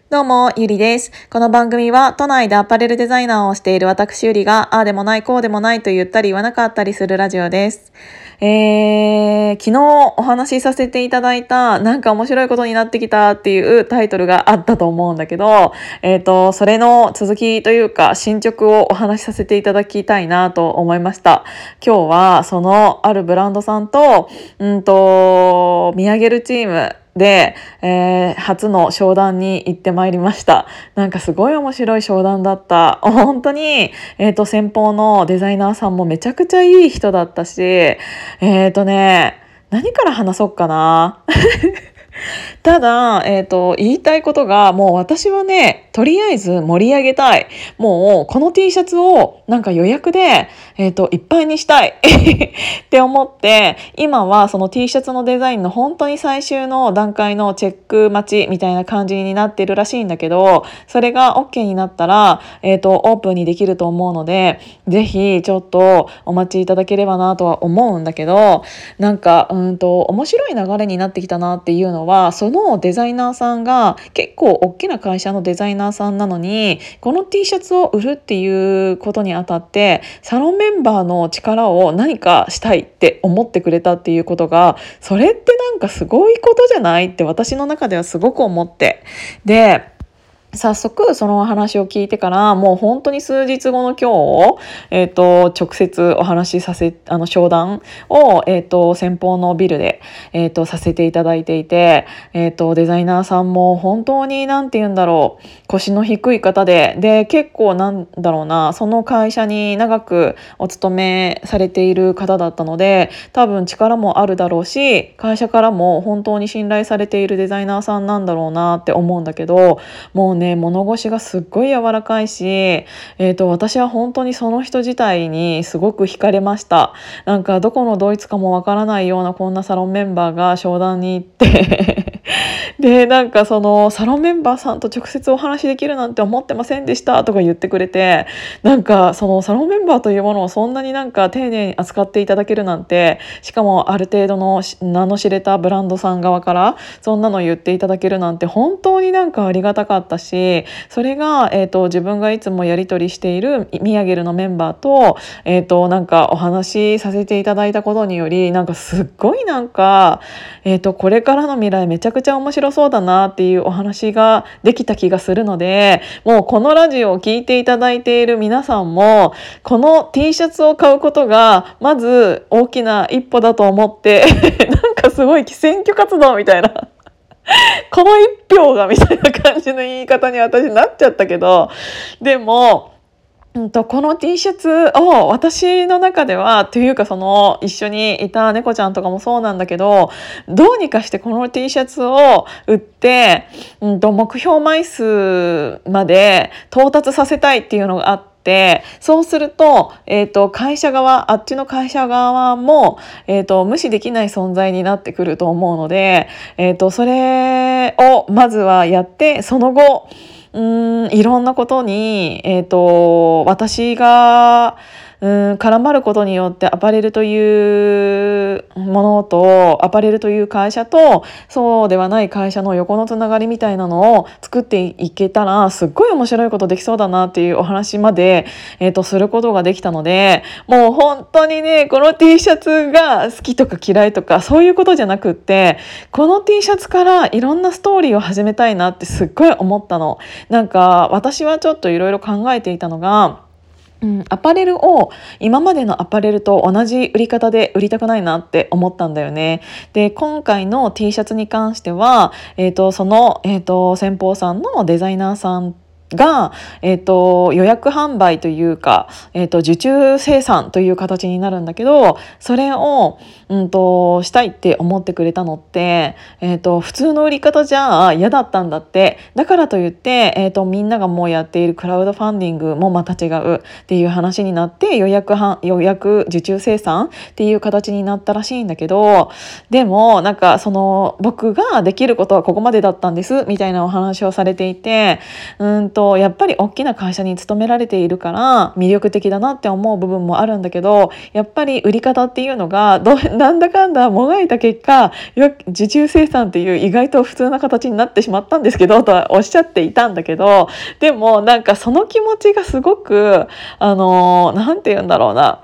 どうも、ゆりです。この番組は、都内でアパレルデザイナーをしている私ゆりが、ああでもない、こうでもないと言ったり言わなかったりするラジオです。昨日お話しさせていただいた、なんか面白いことになってきたっていうタイトルがあったと思うんだけど、それの続きというか、進捗をお話しさせていただきたいなと思いました。今日は、そのあるブランドさんと、見上げるチーム、で、初の商談に行ってまいりました。なんかすごい面白い商談だった。本当に、先方のデザイナーさんもめちゃくちゃいい人だったし、何から話そうかな。ただ、言いたいことが、もう私はね、とりあえず盛り上げたい。もう、この T シャツをなんか予約で、いっぱいにしたいって思って、今はその T シャツのデザインの本当に最終の段階のチェック待ちみたいな感じになってるらしいんだけど、それが OK になったら、オープンにできると思うので、ぜひちょっとお待ちいただければなとは思うんだけど、なんか、面白い流れになってきたなっていうのは、そのデザイナーさんが結構大きな会社のデザイナーさんなのに、この T シャツを売るっていうことにあたってサロンメンバーの力を何かしたいって思ってくれたっていうことが、それってなんかすごいことじゃないって私の中ではすごく思って、で早速その話を聞いてからもう本当に数日後の今日、直接お話しさせ商談を、先方のビルで、させていただいていて、デザイナーさんも本当になんて言うんだろう、腰の低い方で結構なんだろうな、その会社に長くお勤めされている方だったので、多分力もあるだろうし、会社からも本当に信頼されているデザイナーさんなんだろうなって思うんだけど、もうね、物腰がすっごい柔らかいし、私は本当にその人自体にすごく惹かれました。なんかどこのドイツかもわからないようなこんなサロンメンバーが商談に行ってで、なんかそのサロンメンバーさんと直接お話できるなんて思ってませんでしたとか言ってくれて、なんかそのサロンメンバーというものをそんなになんか丁寧に扱っていただけるなんて、しかもある程度の名の知れたブランドさん側からそんなの言っていただけるなんて本当になんかありがたかったし、それが、自分がいつもやり取りしているミヤゲルのメンバーと、なんかお話しさせていただいたことにより、なんかすっごいなんか、これからの未来めちゃくちゃ面白そうだなっていうお話ができた気がするので、もうこのラジオを聞いていただいている皆さんもこの T シャツを買うことがまず大きな一歩だと思ってなんかすごい選挙活動みたいなこの一票がみたいな感じの言い方に私なっちゃったけど、でもこの T シャツを私の中ではというか、その一緒にいた猫ちゃんとかもそうなんだけど、どうにかしてこの T シャツを売って、目標枚数まで到達させたいっていうのがあって、そうすると、会社側、あっちの会社側も、無視できない存在になってくると思うので、それをまずはやって、その後いろんなことに、私が絡まることによってアパレルというものとアパレルという会社とそうではない会社の横のつながりみたいなのを作っていけたらすっごい面白いことできそうだなっていうお話まで、することができたので、もう本当にね、この T シャツが好きとか嫌いとかそういうことじゃなくって、この T シャツからいろんなストーリーを始めたいなってすっごい思ったの。なんか私はちょっといろいろ考えていたのが、アパレルを今までのアパレルと同じ売り方で売りたくないなって思ったんだよね。で、今回の T シャツに関しては、その、先方さんのデザイナーさんが、予約販売というか、受注生産という形になるんだけど、それを、したいって思ってくれたのって、普通の売り方じゃ嫌だったんだって。だからといって、みんながもうやっているクラウドファンディングもまた違うっていう話になって、予約受注生産っていう形になったらしいんだけど、でもなんかその僕ができることはここまでだったんですみたいなお話をされていて、 やっぱり大きな会社に勤められているから魅力的だなって思う部分もあるんだけど、やっぱり売り方っていうのがなんだかんだもがいた結果受注生産っていう意外と普通な形になってしまったんですけどとはおっしゃっていたんだけど、でもなんかその気持ちがすごくなんて言うんだろうな、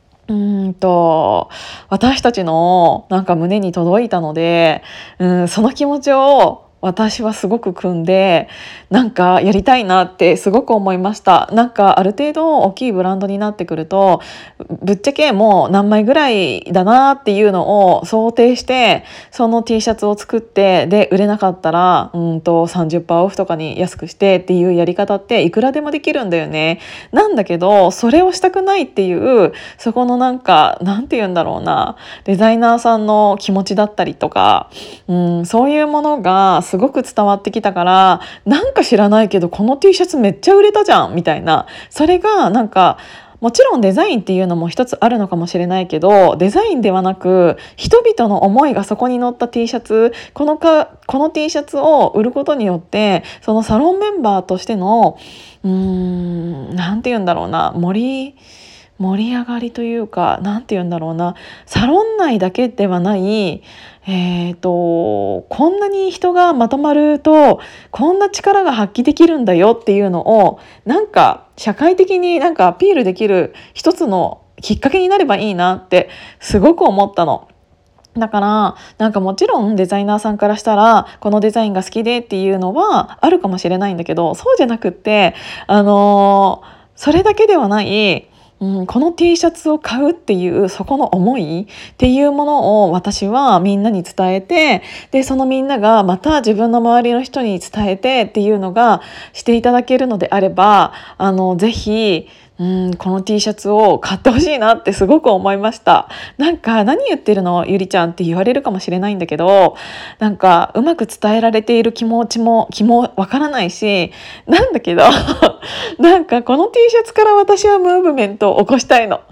私たちのなんか胸に届いたので、その気持ちを私はすごく汲んで、なんかやりたいなってすごく思いました。なんかある程度大きいブランドになってくると、ぶっちゃけもう何枚ぐらいだなっていうのを想定してその T シャツを作って、で売れなかったら30% オフとかに安くしてっていうやり方っていくらでもできるんだよね。なんだけどそれをしたくないっていうそこのなんかなんて言うんだろうな、デザイナーさんの気持ちだったりとか、そういうものがすごく伝わってきたから、なんか知らないけどこの T シャツめっちゃ売れたじゃんみたいな、それがなんかもちろんデザインっていうのも一つあるのかもしれないけど、デザインではなく人々の思いがそこに乗った T シャツ、この T シャツを売ることによってそのサロンメンバーとしてのなんて言うんだろうな、盛り上がりというか、なんて言うんだろうな、サロン内だけではない、こんなに人がまとまるとこんな力が発揮できるんだよっていうのをなんか社会的になんかアピールできる一つのきっかけになればいいなってすごく思ったの。だからなんかもちろんデザイナーさんからしたらこのデザインが好きでっていうのはあるかもしれないんだけど、そうじゃなくって、それだけではない、この T シャツを買うっていうそこの思いっていうものを私はみんなに伝えて、でそのみんながまた自分の周りの人に伝えてっていうのがしていただけるのであれば、ぜひこの T シャツを買ってほしいなってすごく思いました。なんか何言ってるのゆりちゃんって言われるかもしれないんだけど、なんかうまく伝えられている気もわからないし、なんだけどなんかこの T シャツから私はムーブメントを起こしたいの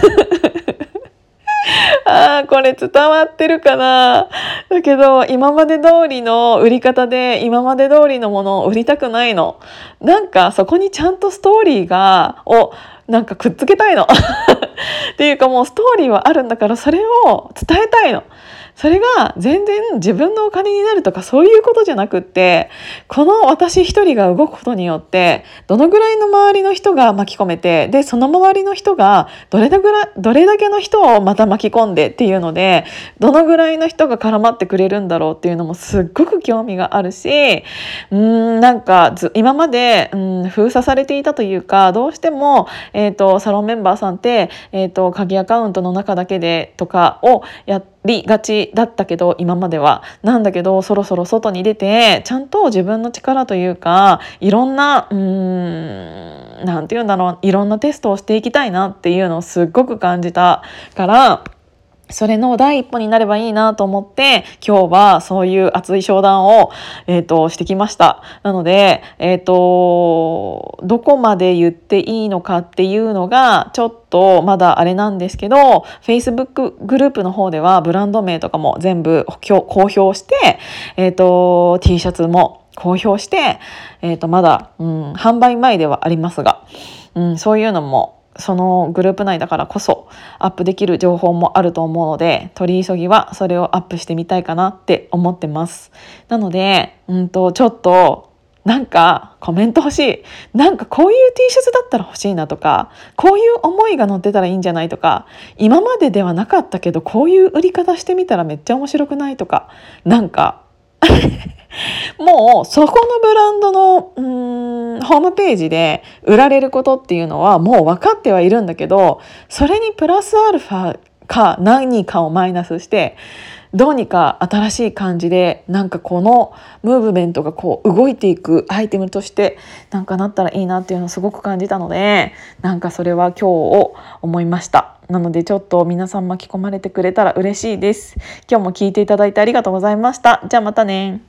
これ伝わってるかな。だけど今まで通りの売り方で今まで通りのものを売りたくないの。なんかそこにちゃんとストーリーをなんかくっつけたいのっていうか、もうストーリーはあるんだからそれを伝えたいの。それが全然自分のお金になるとかそういうことじゃなくって、この私一人が動くことによってどのぐらいの周りの人が巻き込めて、でその周りの人がどれだけの人をまた巻き込んでっていうので、どのぐらいの人が絡まってくれるんだろうっていうのもすっごく興味があるし、なんか今まで封鎖されていたというか、どうしても、サロンメンバーさんって、鍵アカウントの中だけでとかをやりがちだったけど、今まではなんだけど、そろそろ外に出てちゃんと自分の力というか、いろんななんていうんだろう、いろんなテストをしていきたいなっていうのをすっごく感じたから、それの第一歩になればいいなと思って今日はそういう熱い商談を、してきました。なので、どこまで言っていいのかっていうのがちょっとまだあれなんですけど、 Facebook グループの方ではブランド名とかも全部公表して、T シャツも公表して、まだ、販売前ではありますが、そういうのもそのグループ内だからこそアップできる情報もあると思うので、取り急ぎはそれをアップしてみたいかなって思ってます。なのでちょっとなんかコメント欲しい。なんかこういう T シャツだったら欲しいなとか、こういう思いが載ってたらいいんじゃないとか、今までではなかったけどこういう売り方してみたらめっちゃ面白くないとか、なんかもうそこのブランドのホームページで売られることっていうのはもう分かってはいるんだけど、それにプラスアルファか何かをマイナスしてどうにか新しい感じでなんかこのムーブメントがこう動いていくアイテムとしてなんかなったらいいなっていうのをすごく感じたので、なんかそれは今日を思いました。なのでちょっと皆さん巻き込まれてくれたら嬉しいです。今日も聞いていただいてありがとうございました。じゃあまたね。